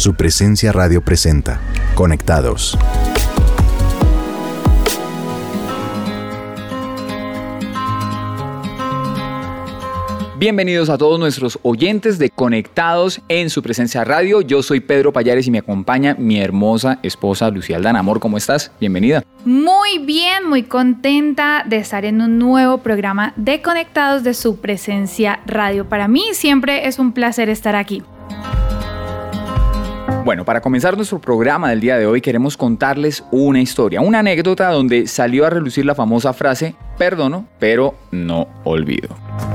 Su Presencia Radio presenta Conectados. Bienvenidos a todos nuestros oyentes de Conectados en Su Presencia Radio. Yo soy Pedro Payares y me acompaña mi hermosa esposa Lucía Aldana. Amor, ¿cómo estás? Bienvenida. Muy bien, muy contenta de estar en un nuevo programa de Conectados de Su Presencia Radio. Para mí siempre es un placer estar aquí. Bueno, para comenzar nuestro programa del día de hoy queremos contarles una historia, una anécdota donde salió a relucir la famosa frase perdono, pero no olvido.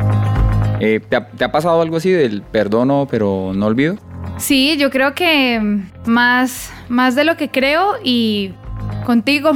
¿Te ha pasado algo así del perdono, pero no olvido? Sí, yo creo que más de lo que creo y contigo,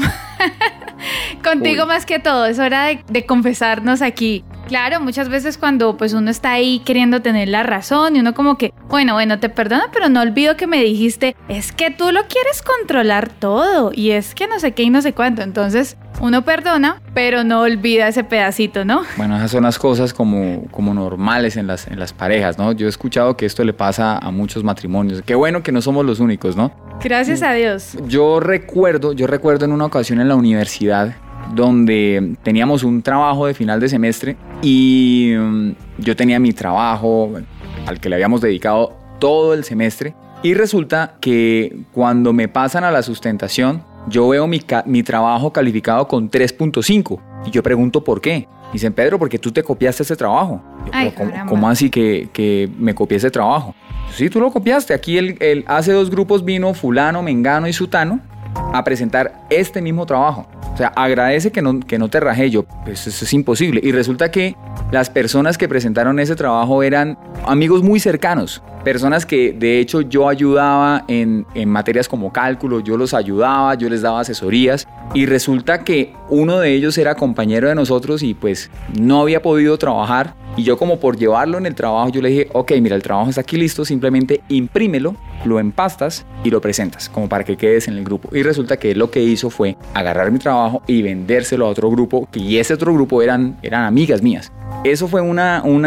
contigo más que todo. Es hora de confesarnos aquí. Claro, muchas veces cuando pues uno está ahí queriendo tener la razón y uno como que, bueno, te perdono, pero no olvido que me dijiste, es que tú lo quieres controlar todo y es que no sé qué y no sé cuánto. Entonces uno perdona, pero no olvida ese pedacito, ¿no? Bueno, esas son las cosas como normales en las parejas, ¿no? Yo he escuchado que esto le pasa a muchos matrimonios. Qué bueno que no somos los únicos, ¿no? Gracias a Dios. Yo recuerdo en una ocasión en la universidad donde teníamos un trabajo de final de semestre y yo tenía mi trabajo al que le habíamos dedicado todo el semestre y resulta que cuando me pasan a la sustentación yo veo mi trabajo calificado con 3.5 y yo pregunto ¿por qué? Dicen, Pedro, porque tú te copiaste ese trabajo. Yo, ay, ¿cómo así que me copié ese trabajo? Sí, tú lo copiaste. Aquí hace 2 grupos vino fulano, mengano y sutano a presentar este mismo trabajo. O sea, agradece que no te rajé. Yo, pues eso es imposible. Y resulta que las personas que presentaron ese trabajo eran amigos muy cercanos. Personas que de hecho yo ayudaba en materias como cálculo, yo los ayudaba, yo les daba asesorías. Y resulta que uno de ellos era compañero de nosotros y pues no había podido trabajar. Y yo como por llevarlo en el trabajo, yo le dije, ok, mira, el trabajo está aquí listo, simplemente imprímelo, lo empastas y lo presentas, como para que quedes en el grupo. Y resulta que él lo que hizo fue agarrar mi trabajo y vendérselo a otro grupo, y ese otro grupo eran amigas mías. Eso fue un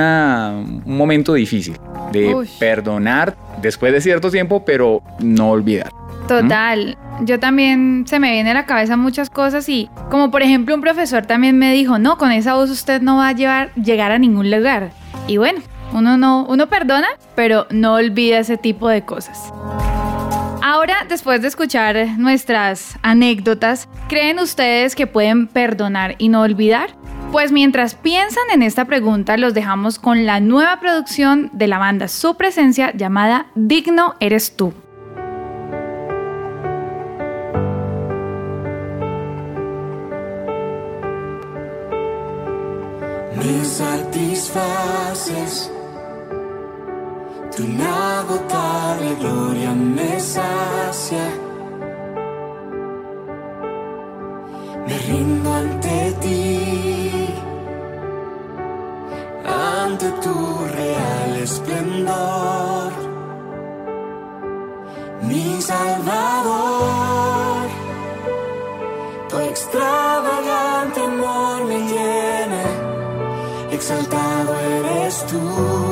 momento difícil de perdonar después de cierto tiempo, pero no olvidar. Total, yo también se me viene a la cabeza muchas cosas y como por ejemplo un profesor también me dijo, no, con esa voz usted no va a llegar a ningún lugar. Y bueno, uno perdona, pero no olvida ese tipo de cosas. Ahora, después de escuchar nuestras anécdotas, ¿creen ustedes que pueden perdonar y no olvidar? Pues mientras piensan en esta pregunta, los dejamos con la nueva producción de la banda Su Presencia llamada Digno Eres Tú. Me satisfaces, tu inagotable gloria me sacia. Me rindo ante ti, ante tu real esplendor, mi Salvador. Tu extravagante amor me llena, exaltado eres tú.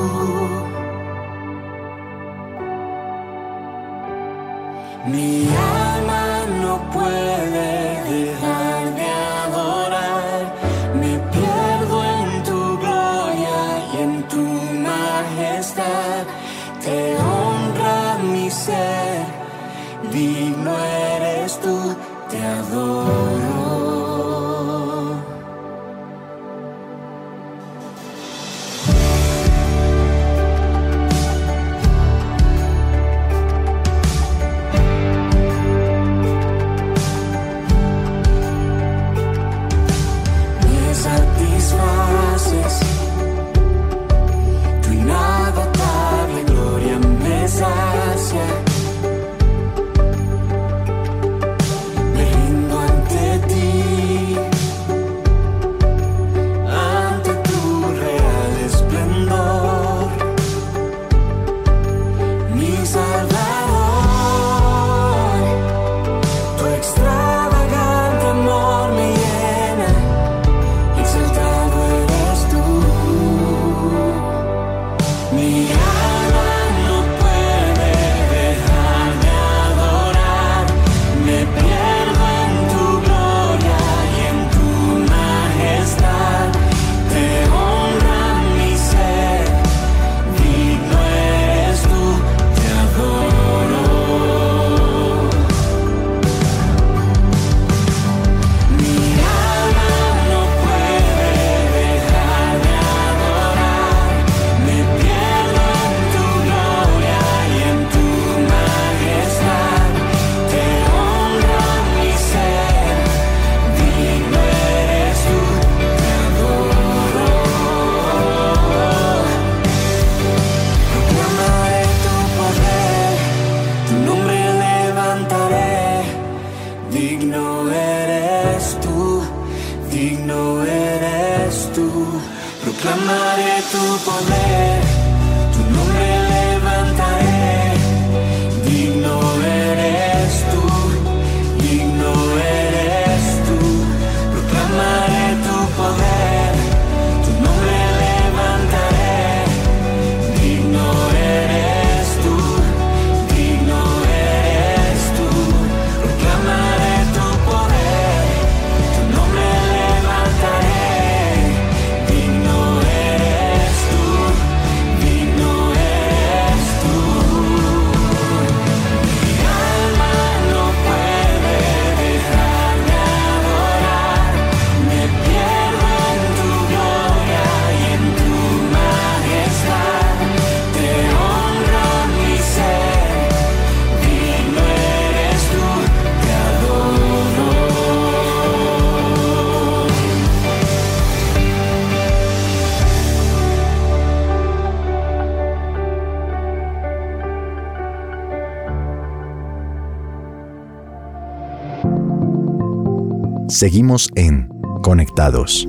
Mi alma no puede dejar de adorar, me pierdo en tu gloria y en tu majestad. Te honra mi ser, digno eres tú, te adoro. Tu inagotable gloria me sacia. Me rindo ante ti. tu poder, tu nombre levantaré. Digno eres tú, digno eres tú. Proclamaré tu poder, tu nombre levantaré. Digno eres tú, digno eres tú. Proclamaré tu poder, tu nombre levantaré. Digno eres tú, digno eres tú. Mi alma no puede dejar de adorar. Me pierdo en tu gloria y en tu majestad. Te honro mi ser, digno eres tú, te adoro. Seguimos en Conectados.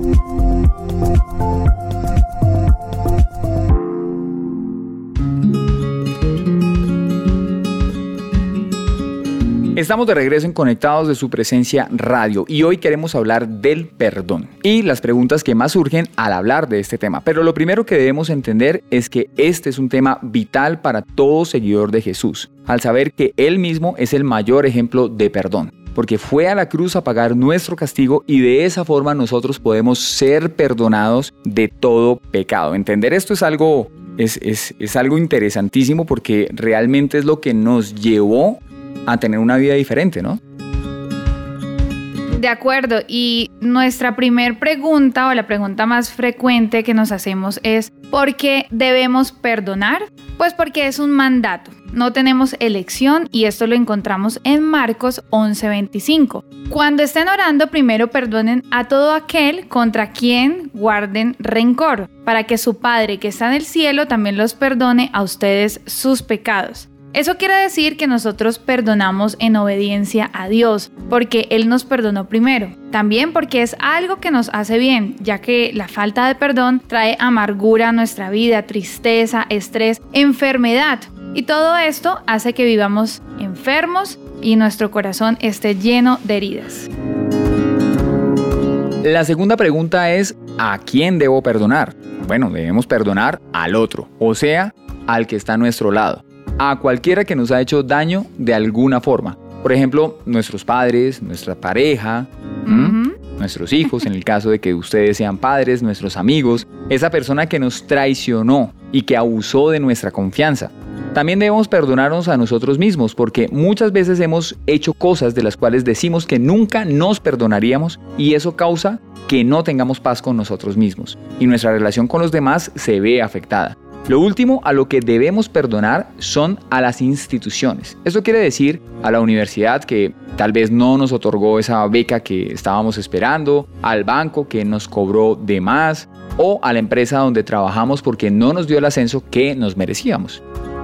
Estamos de regreso en Conectados de su presencia radio y hoy queremos hablar del perdón y las preguntas que más surgen al hablar de este tema. Pero lo primero que debemos entender es que este es un tema vital para todo seguidor de Jesús, al saber que Él mismo es el mayor ejemplo de perdón, porque fue a la cruz a pagar nuestro castigo y de esa forma nosotros podemos ser perdonados de todo pecado. Entender esto es algo interesantísimo porque realmente es lo que nos llevó a tener una vida diferente, ¿no? De acuerdo, y nuestra primer pregunta o la pregunta más frecuente que nos hacemos es ¿por qué debemos perdonar? Pues porque es un mandato, no tenemos elección y esto lo encontramos en Marcos 11:25. Cuando estén orando, primero perdonen a todo aquel contra quien guarden rencor, para que su Padre que está en el cielo también los perdone a ustedes sus pecados. Eso quiere decir que nosotros perdonamos en obediencia a Dios, porque Él nos perdonó primero. También porque es algo que nos hace bien, ya que la falta de perdón trae amargura a nuestra vida, tristeza, estrés, enfermedad. Y todo esto hace que vivamos enfermos y nuestro corazón esté lleno de heridas. La segunda pregunta es ¿a quién debo perdonar? Bueno, debemos perdonar al otro, o sea, al que está a nuestro lado. A cualquiera que nos ha hecho daño de alguna forma. Por ejemplo, nuestros padres, nuestra pareja, nuestros hijos, en el caso de que ustedes sean padres, nuestros amigos, esa persona que nos traicionó y que abusó de nuestra confianza. También debemos perdonarnos a nosotros mismos porque muchas veces hemos hecho cosas de las cuales decimos que nunca nos perdonaríamos y eso causa que no tengamos paz con nosotros mismos y nuestra relación con los demás se ve afectada. Lo último a lo que debemos perdonar son a las instituciones. Esto quiere decir a la universidad que tal vez no nos otorgó esa beca que estábamos esperando, al banco que nos cobró de más o a la empresa donde trabajamos porque no nos dio el ascenso que nos merecíamos.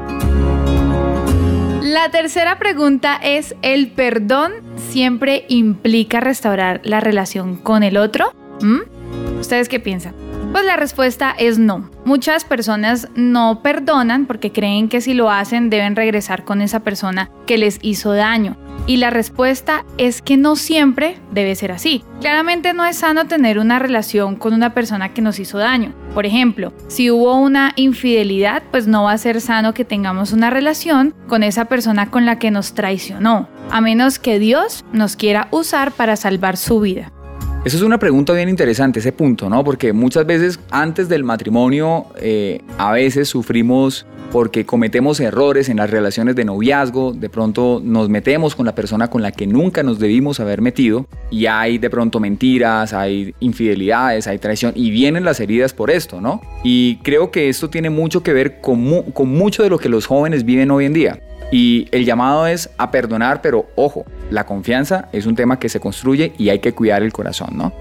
La tercera pregunta es, ¿el perdón siempre implica restaurar la relación con el otro? ¿Ustedes qué piensan? Pues la respuesta es no. Muchas personas no perdonan porque creen que si lo hacen deben regresar con esa persona que les hizo daño. Y la respuesta es que no siempre debe ser así. Claramente no es sano tener una relación con una persona que nos hizo daño. Por ejemplo, si hubo una infidelidad, pues no va a ser sano que tengamos una relación con esa persona con la que nos traicionó, a menos que Dios nos quiera usar para salvar su vida. Eso es una pregunta bien interesante, ese punto, ¿no? Porque muchas veces antes del matrimonio a veces sufrimos porque cometemos errores en las relaciones de noviazgo, de pronto nos metemos con la persona con la que nunca nos debimos haber metido y hay de pronto mentiras, hay infidelidades, hay traición y vienen las heridas por esto, ¿no? Y creo que esto tiene mucho que ver con mucho de lo que los jóvenes viven hoy en día. Y el llamado es a perdonar, pero ojo, la confianza es un tema que se construye y hay que cuidar el corazón, ¿no?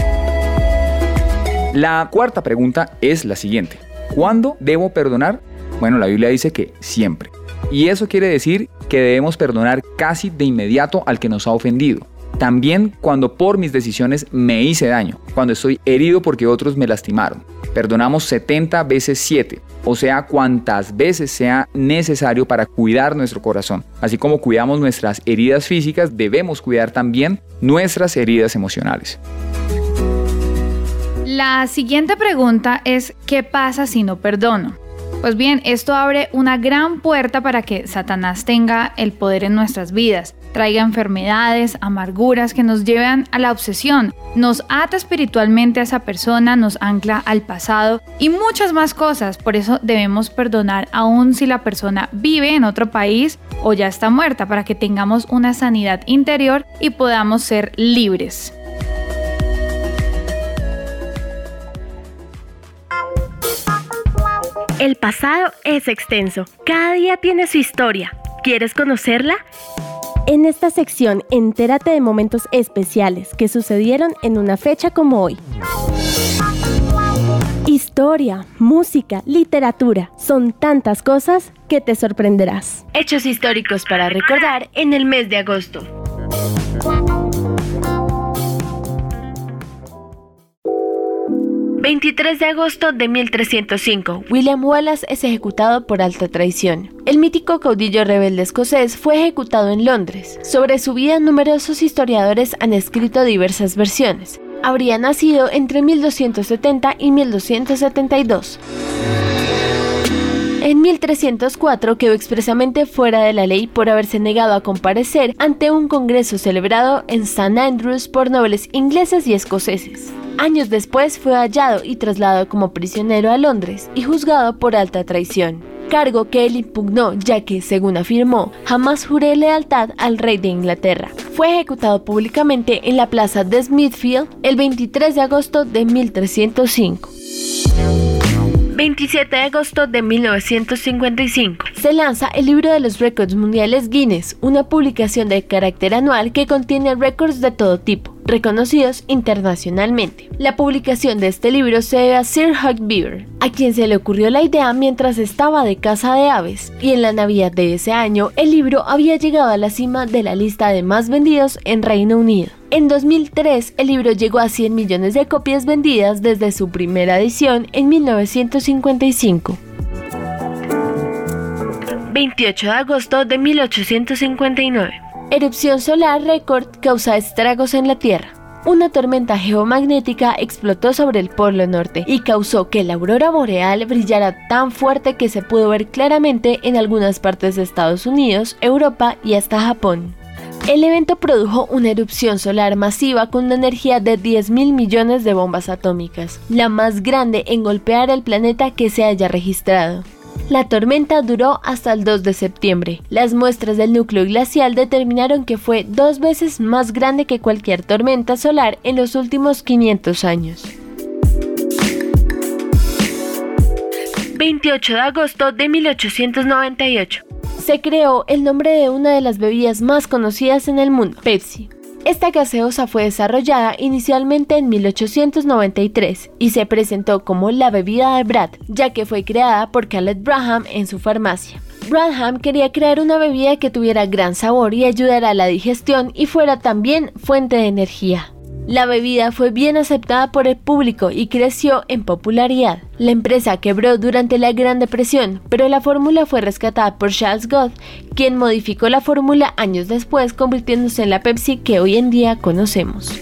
La cuarta pregunta es la siguiente. ¿Cuándo debo perdonar? Bueno, la Biblia dice que siempre. Y eso quiere decir que debemos perdonar casi de inmediato al que nos ha ofendido. También cuando por mis decisiones me hice daño, cuando estoy herido porque otros me lastimaron. Perdonamos 70 veces 7, o sea, cuantas veces sea necesario para cuidar nuestro corazón. Así como cuidamos nuestras heridas físicas, debemos cuidar también nuestras heridas emocionales. La siguiente pregunta es, ¿qué pasa si no perdono? Pues bien, esto abre una gran puerta para que Satanás tenga el poder en nuestras vidas, traiga enfermedades, amarguras que nos llevan a la obsesión, nos ata espiritualmente a esa persona, nos ancla al pasado y muchas más cosas. Por eso debemos perdonar aun si la persona vive en otro país o ya está muerta, para que tengamos una sanidad interior y podamos ser libres. El pasado es extenso, cada día tiene su historia. ¿Quieres conocerla? En esta sección, entérate de momentos especiales que sucedieron en una fecha como hoy. Historia, música, literatura, son tantas cosas que te sorprenderás. Hechos históricos para recordar en el mes de agosto. ...23 de agosto de 1305, William Wallace es ejecutado por alta traición. El mítico caudillo rebelde escocés fue ejecutado en Londres. Sobre su vida, numerosos historiadores han escrito diversas versiones. Habría nacido entre 1270 y 1272. En 1304 quedó expresamente fuera de la ley por haberse negado a comparecer ante un congreso celebrado en St. Andrews por nobles ingleses y escoceses. Años después fue hallado y trasladado como prisionero a Londres y juzgado por alta traición, cargo que él impugnó ya que, según afirmó, jamás juré lealtad al rey de Inglaterra. Fue ejecutado públicamente en la plaza de Smithfield el 23 de agosto de 1305. 27 de agosto de 1955. Se lanza el libro de los récords mundiales Guinness, una publicación de carácter anual que contiene récords de todo tipo, reconocidos internacionalmente. La publicación de este libro se debe a Sir Hugh Beaver, a quien se le ocurrió la idea mientras estaba de caza de aves, y en la Navidad de ese año el libro había llegado a la cima de la lista de más vendidos en Reino Unido. En 2003, el libro llegó a 100 millones de copias vendidas desde su primera edición en 1955. 28 de agosto de 1859. Erupción solar récord causa estragos en la Tierra. Una tormenta geomagnética explotó sobre el Polo Norte y causó que la aurora boreal brillara tan fuerte que se pudo ver claramente en algunas partes de Estados Unidos, Europa y hasta Japón. El evento produjo una erupción solar masiva con una energía de 10.000 millones de bombas atómicas, la más grande en golpear el planeta que se haya registrado. La tormenta duró hasta el 2 de septiembre. Las muestras del núcleo glacial determinaron que fue 2 veces más grande que cualquier tormenta solar en los últimos 500 años. 28 de agosto de 1898. Se creó el nombre de una de las bebidas más conocidas en el mundo, Pepsi. Esta gaseosa fue desarrollada inicialmente en 1893 y se presentó como la bebida de Brad, ya que fue creada por Caleb Braham en su farmacia. Braham quería crear una bebida que tuviera gran sabor y ayudara a la digestión y fuera también fuente de energía. La bebida fue bien aceptada por el público y creció en popularidad. La empresa quebró durante la Gran Depresión, pero la fórmula fue rescatada por Charles Gould, quien modificó la fórmula años después, convirtiéndose en la Pepsi que hoy en día conocemos.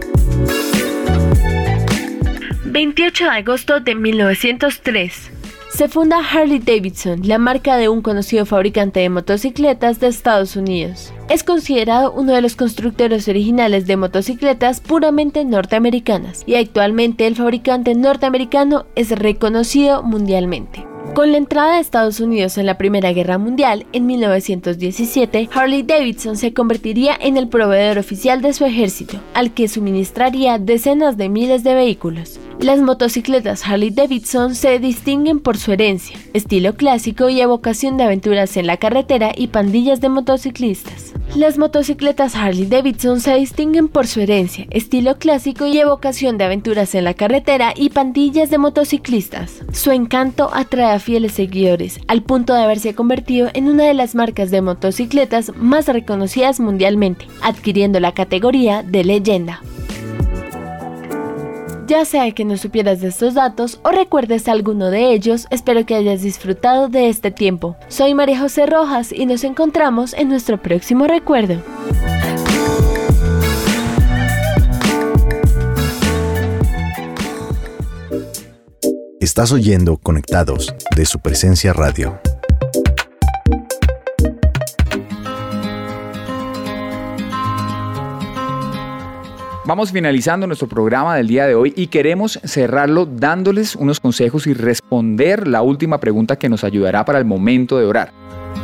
28 de agosto de 1903. Se funda Harley Davidson, la marca de un conocido fabricante de motocicletas de Estados Unidos. Es considerado uno de los constructores originales de motocicletas puramente norteamericanas y actualmente el fabricante norteamericano es reconocido mundialmente. Con la entrada de Estados Unidos en la Primera Guerra Mundial, en 1917, Harley Davidson se convertiría en el proveedor oficial de su ejército, al que suministraría decenas de miles de vehículos. Las motocicletas Harley Davidson se distinguen por su herencia, estilo clásico y evocación de aventuras en la carretera y pandillas de motociclistas. Las motocicletas Harley Davidson se distinguen por su herencia, estilo clásico y evocación de aventuras en la carretera y pandillas de motociclistas. Su encanto atrae a fieles seguidores, al punto de haberse convertido en una de las marcas de motocicletas más reconocidas mundialmente, adquiriendo la categoría de leyenda. Ya sea que no supieras de estos datos o recuerdes alguno de ellos, espero que hayas disfrutado de este tiempo. Soy María José Rojas y nos encontramos en nuestro próximo recuerdo. Estás oyendo Conectados de Su Presencia Radio. Vamos finalizando nuestro programa del día de hoy y queremos cerrarlo dándoles unos consejos y responder la última pregunta que nos ayudará para el momento de orar.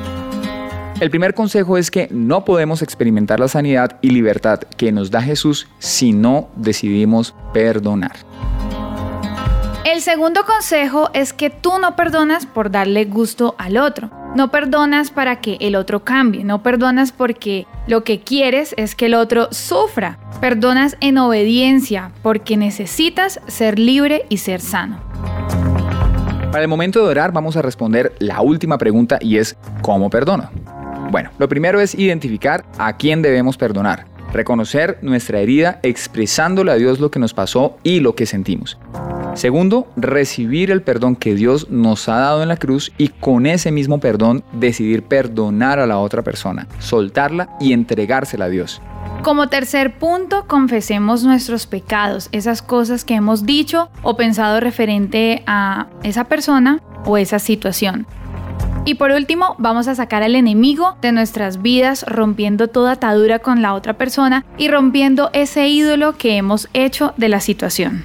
El primer consejo es que no podemos experimentar la sanidad y libertad que nos da Jesús si no decidimos perdonar. El segundo consejo es que tú no perdonas por darle gusto al otro. No perdonas para que el otro cambie. No perdonas porque lo que quieres es que el otro sufra. Perdonas en obediencia porque necesitas ser libre y ser sano. Para el momento de orar vamos a responder la última pregunta y es ¿cómo perdono? Bueno, lo primero es identificar a quién debemos perdonar. Reconocer nuestra herida expresándole a Dios lo que nos pasó y lo que sentimos. Segundo, recibir el perdón que Dios nos ha dado en la cruz y con ese mismo perdón decidir perdonar a la otra persona, soltarla y entregársela a Dios. Como tercer punto, confesemos nuestros pecados, esas cosas que hemos dicho o pensado referente a esa persona o esa situación. Y por último, vamos a sacar al enemigo de nuestras vidas, rompiendo toda atadura con la otra persona y rompiendo ese ídolo que hemos hecho de la situación.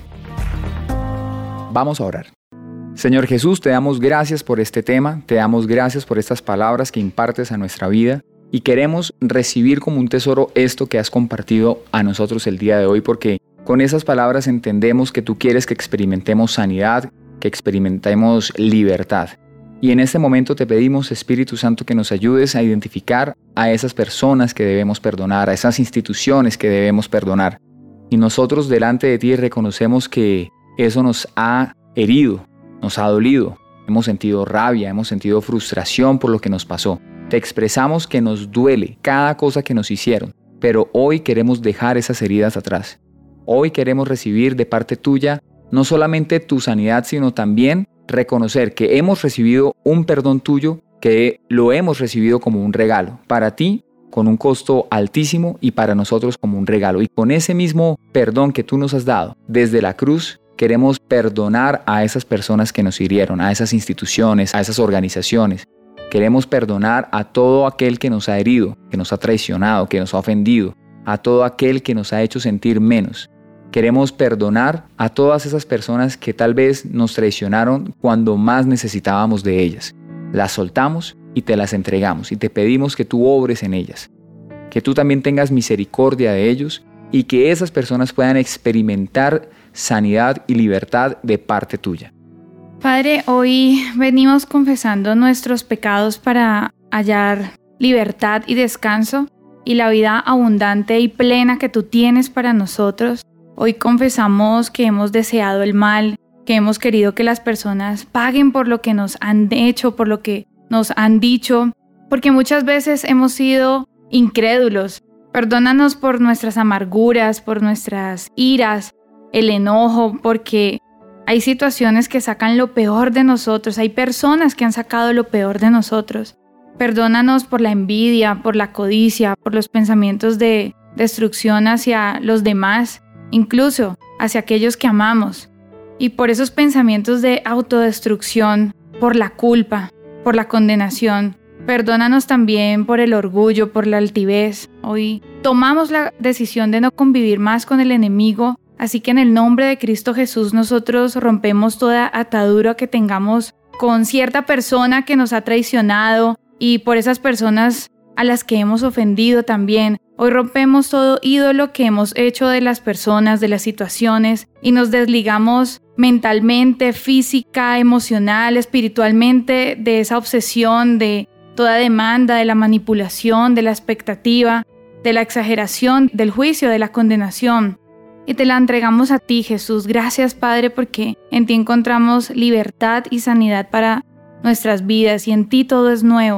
Vamos a orar. Señor Jesús, te damos gracias por este tema, te damos gracias por estas palabras que impartes a nuestra vida y queremos recibir como un tesoro esto que has compartido a nosotros el día de hoy porque con esas palabras entendemos que tú quieres que experimentemos sanidad, que experimentemos libertad. Y en este momento te pedimos, Espíritu Santo, que nos ayudes a identificar a esas personas que debemos perdonar, a esas instituciones que debemos perdonar. Y nosotros delante de ti reconocemos que eso nos ha herido, nos ha dolido. Hemos sentido rabia, hemos sentido frustración por lo que nos pasó. Te expresamos que nos duele cada cosa que nos hicieron, pero hoy queremos dejar esas heridas atrás. Hoy queremos recibir de parte tuya no solamente tu sanidad, sino también reconocer que hemos recibido un perdón tuyo, que lo hemos recibido como un regalo para ti, con un costo altísimo y para nosotros como un regalo. Y con ese mismo perdón que tú nos has dado desde la cruz, queremos perdonar a esas personas que nos hirieron, a esas instituciones, a esas organizaciones. Queremos perdonar a todo aquel que nos ha herido, que nos ha traicionado, que nos ha ofendido, a todo aquel que nos ha hecho sentir menos. Queremos perdonar a todas esas personas que tal vez nos traicionaron cuando más necesitábamos de ellas. Las soltamos y te las entregamos y te pedimos que tú obres en ellas, que tú también tengas misericordia de ellos y que esas personas puedan experimentar sanidad y libertad de parte tuya. Padre, hoy venimos confesando nuestros pecados para hallar libertad y descanso y la vida abundante y plena que tú tienes para nosotros. Hoy confesamos que hemos deseado el mal, que hemos querido que las personas paguen por lo que nos han hecho, por lo que nos han dicho, porque muchas veces hemos sido incrédulos. Perdónanos por nuestras amarguras, por nuestras iras, el enojo, porque hay situaciones que sacan lo peor de nosotros, hay personas que han sacado lo peor de nosotros. Perdónanos por la envidia, por la codicia, por los pensamientos de destrucción hacia los demás, incluso hacia aquellos que amamos, y por esos pensamientos de autodestrucción, por la culpa, por la condenación. Perdónanos también por el orgullo, por la altivez. Hoy tomamos la decisión de no convivir más con el enemigo, así que en el nombre de Cristo Jesús nosotros rompemos toda atadura que tengamos con cierta persona que nos ha traicionado y por esas personas a las que hemos ofendido también. Hoy rompemos todo ídolo que hemos hecho de las personas, de las situaciones y nos desligamos mentalmente, física, emocional, espiritualmente de esa obsesión, de toda demanda, de la manipulación, de la expectativa, de la exageración, del juicio, de la condenación. Y te la entregamos a ti, Jesús. Gracias, Padre, porque en ti encontramos libertad y sanidad para nuestras vidas y en ti todo es nuevo.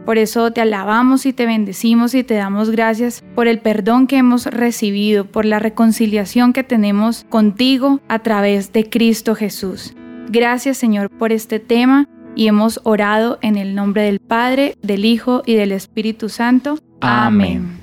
Por eso te alabamos y te bendecimos y te damos gracias por el perdón que hemos recibido, por la reconciliación que tenemos contigo a través de Cristo Jesús. Gracias, Señor, por este tema y hemos orado en el nombre del Padre, del Hijo y del Espíritu Santo. Amén.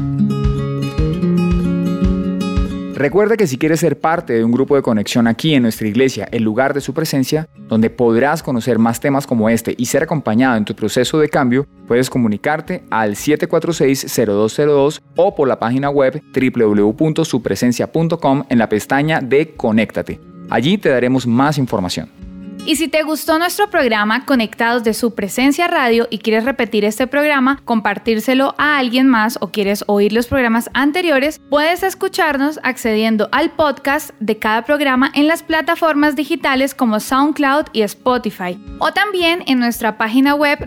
Recuerda que si quieres ser parte de un grupo de conexión aquí en nuestra iglesia, el lugar de su presencia, donde podrás conocer más temas como este y ser acompañado en tu proceso de cambio, puedes comunicarte al 746-0202 o por la página web www.supresencia.com en la pestaña de Conéctate. Allí te daremos más información. Y si te gustó nuestro programa Conectados de Su Presencia Radio y quieres repetir este programa, compartírselo a alguien más o quieres oír los programas anteriores, puedes escucharnos accediendo al podcast de cada programa en las plataformas digitales como SoundCloud y Spotify, o también en nuestra página web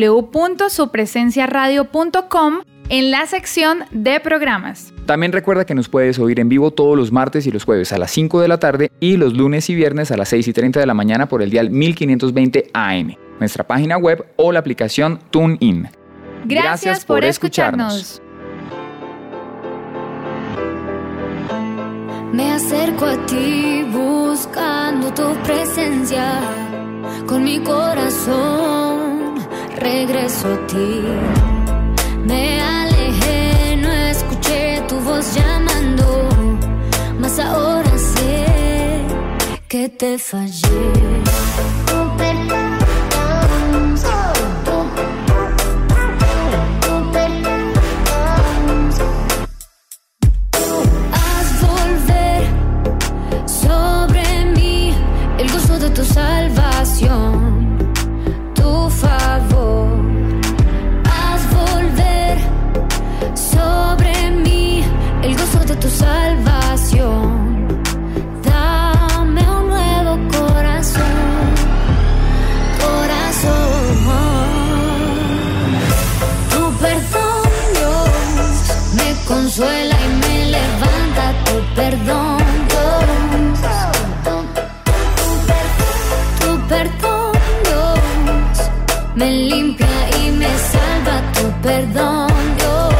www.supresenciaradio.com en la sección de programas. También recuerda que nos puedes oír en vivo todos los martes y los jueves a las 5 de la tarde y los lunes y viernes a las 6:30 de la mañana por el dial 1520 AM, nuestra página web o la aplicación TuneIn. Gracias por escucharnos. Me acerco a ti buscando tu presencia, con mi corazón regreso a ti. Me alejé, no escuché tu voz llamando, mas ahora sé que te fallé. Haz volver sobre mí el gozo de tu salvación, tu favor. Sobre mí el gozo de tu salvación. Dame un nuevo corazón, corazón. Tu perdón, Dios, me consuela y me levanta. Tu perdón, Dios. Tu perdón, Dios, me limpia y me salva. Tu perdón, Dios.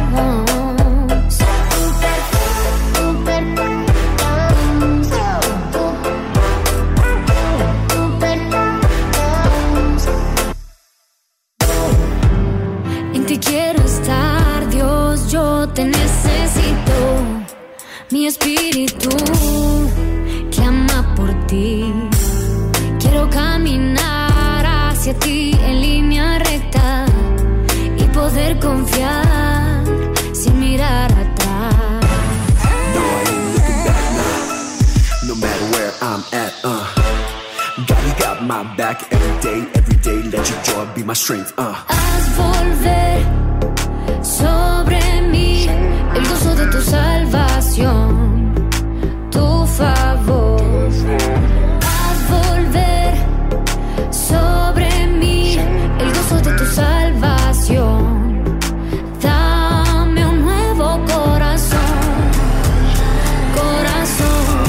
Quiero estar, Dios, yo te necesito. Mi espíritu clama por ti. Quiero caminar hacia ti en línea recta y poder confiar sin mirar atrás. No, I ain't looking back now. No matter where I'm at, God, you got my back every day, let your joy be my strength, Haz volver sobre mí el gozo de tu salvación, tu favor. Haz volver sobre mí el gozo de tu salvación. Dame un nuevo corazón, corazón.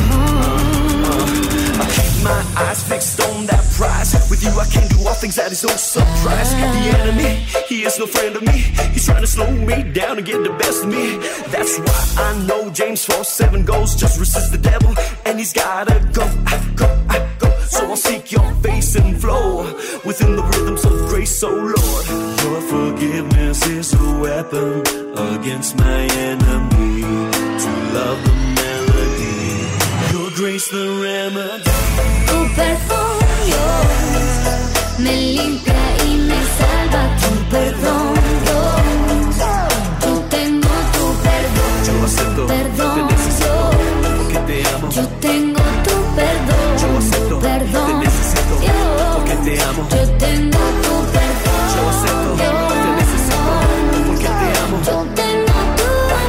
I keep my eyes fixed on that prize. With you I can do all things, that is no surprise. The enemy, he is no friend of me. He's trying to slow me down and get the best of me. That's why I know James 4:7 goes, just resist the devil and he's gotta go, go. So I'll seek your face and flow within the rhythms of grace, oh Lord. Your forgiveness is a weapon against my enemy. To love the melody, your grace the remedy. Tu perdón, Dios, me limpia y me salva. Tu perdón, Dios, yo tengo tu perdón. Yo acepto, perdón, te necesito, porque te amo. Yo tengo tu perdón. Yo acepto, perdón, te necesito, porque te amo. Yo tengo tu perdón. Yo acepto, te necesito, porque te amo. Yo tengo tu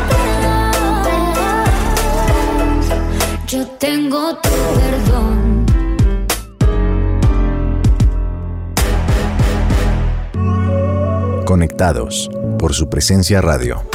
perdón. Yo tengo tu perdón. Conectados por Su Presencia Radio.